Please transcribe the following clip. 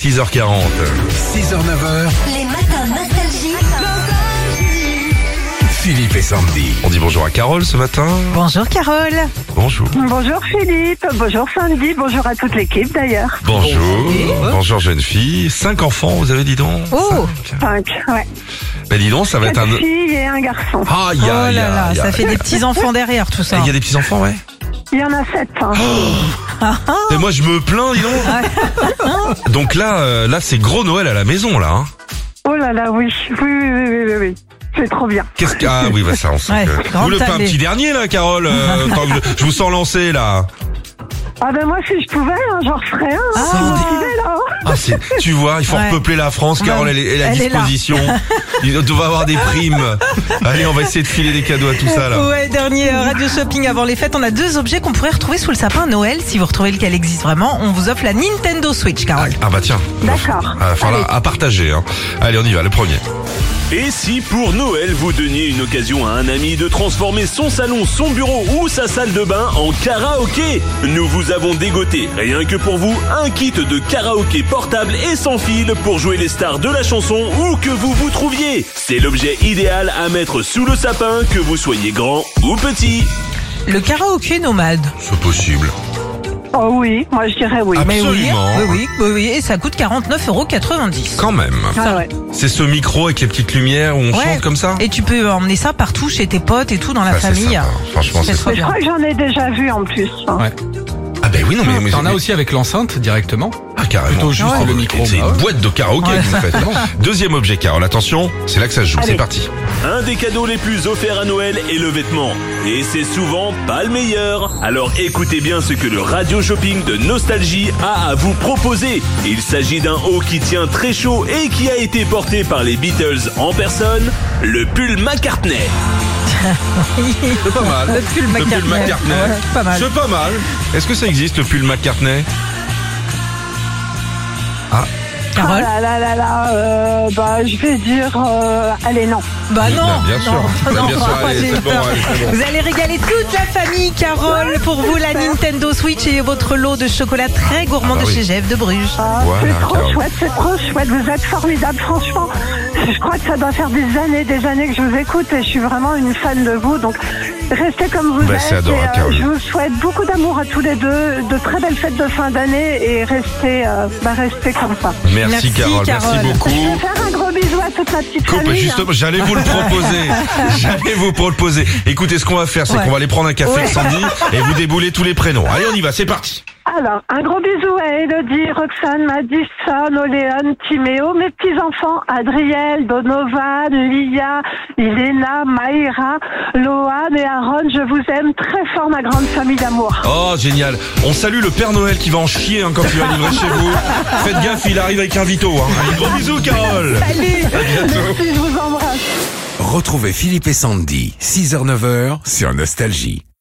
6h40. 6h-9h, Les matins nostalgiques. Philippe et Sandy. On dit bonjour à Carole ce matin. Bonjour Carole. Bonjour. Bonjour Philippe, bonjour Sandy, bonjour à toute l'équipe d'ailleurs. Bonjour. Bonjour jeune fille. 5 enfants, vous avez dit donc. Oh, 5, ouais. Ben dis donc, ça va être 4 un... filles et un garçon. Aïe, oh aïe, là là, aïe, ça aïe. fait des petits enfants derrière tout ça. Il y a des petits enfants, ouais. Il y en a 7. Et moi je me plains, dis donc. Donc là c'est gros Noël à la maison là. Hein. Oh là là, oui. Oui. C'est trop bien. Qu'est-ce que... Ah oui, bah ça on sent Ouais, que... grande Vous voulez pas un tablée. petit dernier là, Carole tant que je vous sens lancé là. Ah ben moi si je pouvais, j'en referais un. Je suis motivée, là. Ah, tu vois, il faut Ouais. repeupler la France. Carole, elle est à Elle est là. disposition. Il doit avoir des primes. Allez, on va essayer de filer des cadeaux à tout ça là. Ouais, dernier radio shopping avant les fêtes. On a 2 objets qu'on pourrait retrouver sous le sapin à Noël. Si vous retrouvez lequel existe vraiment, on vous offre la Nintendo Switch, Carole. Ah bah tiens. D'accord. À partager. Hein. Allez, on y va, le premier. Et si pour Noël vous donniez une occasion à un ami de transformer son salon, son bureau ou sa salle de bain en karaoké? Nous vous avons dégoté, rien que pour vous, un kit de karaoké portable et sans fil pour jouer les stars de la chanson où que vous vous trouviez. C'est l'objet idéal à mettre sous le sapin, que vous soyez grand ou petit. Le karaoké nomade. C'est possible. Oh oui, moi je dirais oui. Absolument. Oui, et ça coûte 49,90 €. Quand même. Ah ouais. C'est ce micro avec les petites lumières où on chante comme ça. Et tu peux emmener ça partout chez tes potes et tout dans la Ah, c'est famille. sympa. Franchement, c'est trop Mais je bien. crois que j'en ai déjà vu en plus. Ouais. Ah ben oui, non mais... T'en as aussi avec l'enceinte directement. Ah carrément. Plutôt juste Ah, le bah, micro. C'est bah une ouais. boîte de karaoké que vous faites. Deuxième objet, Carole. Attention, c'est là que ça se joue. Allez. C'est parti. Un des cadeaux les plus offerts à Noël est le vêtement. Et c'est souvent pas le meilleur. Alors écoutez bien ce que le radio shopping de Nostalgie a à vous proposer. Il s'agit d'un haut qui tient très chaud et qui a été porté par les Beatles en personne, le pull McCartney. C'est pas mal. Le pull McCartney. Ouais, pas mal. C'est pas mal. Est-ce que ça existe, le pull McCartney? Carole. Ah là, bah je vais dire, allez non. Bah non, Bien sûr. non, Bien sûr. Allez, j'ai c'est eu bon, peur. allez, c'est bon. Vous allez régaler toute la famille, Carole. Pour vous, la Nintendo Switch et votre lot de chocolat très gourmand Ah bah de oui. chez Jeff de Bruges. Ah, Voilà, c'est trop Carole. chouette, c'est trop chouette. Vous êtes formidables, franchement. Je crois que ça doit faire des années que je vous écoute et je suis vraiment une fan de vous. Donc, restez comme vous Bah, êtes. c'est adorable, et, Carole. je vous souhaite beaucoup d'amour à tous les deux, de très belles fêtes de fin d'année et restez comme ça. Merci, Merci, Carole. Merci Carole. beaucoup. Je vais faire un gros bisou à toute ma petite famille. Justement, j'allais vous le proposer. J'allais vous proposer. Écoutez, ce qu'on va faire, c'est Ouais. qu'on va aller prendre un café avec Sandy et vous débouler tous les prénoms. Allez, on y va, c'est parti. Alors, un gros bisou à Elodie, Roxane, Madison, Oléane, Timéo, mes petits-enfants, Adriel, Donovan, Lia, Ilena, Maïra, Loane et Aaron. Je vous aime très fort, ma grande famille d'amour. Oh, génial. On salue le Père Noël qui va en chier quand il va livrer chez vous. Faites gaffe, il arrive avec un vito. Allez, gros bisous, Carole. Salut, À bientôt. merci, je vous embrasse. Retrouvez Philippe et Sandy, 6h-9h sur Nostalgie.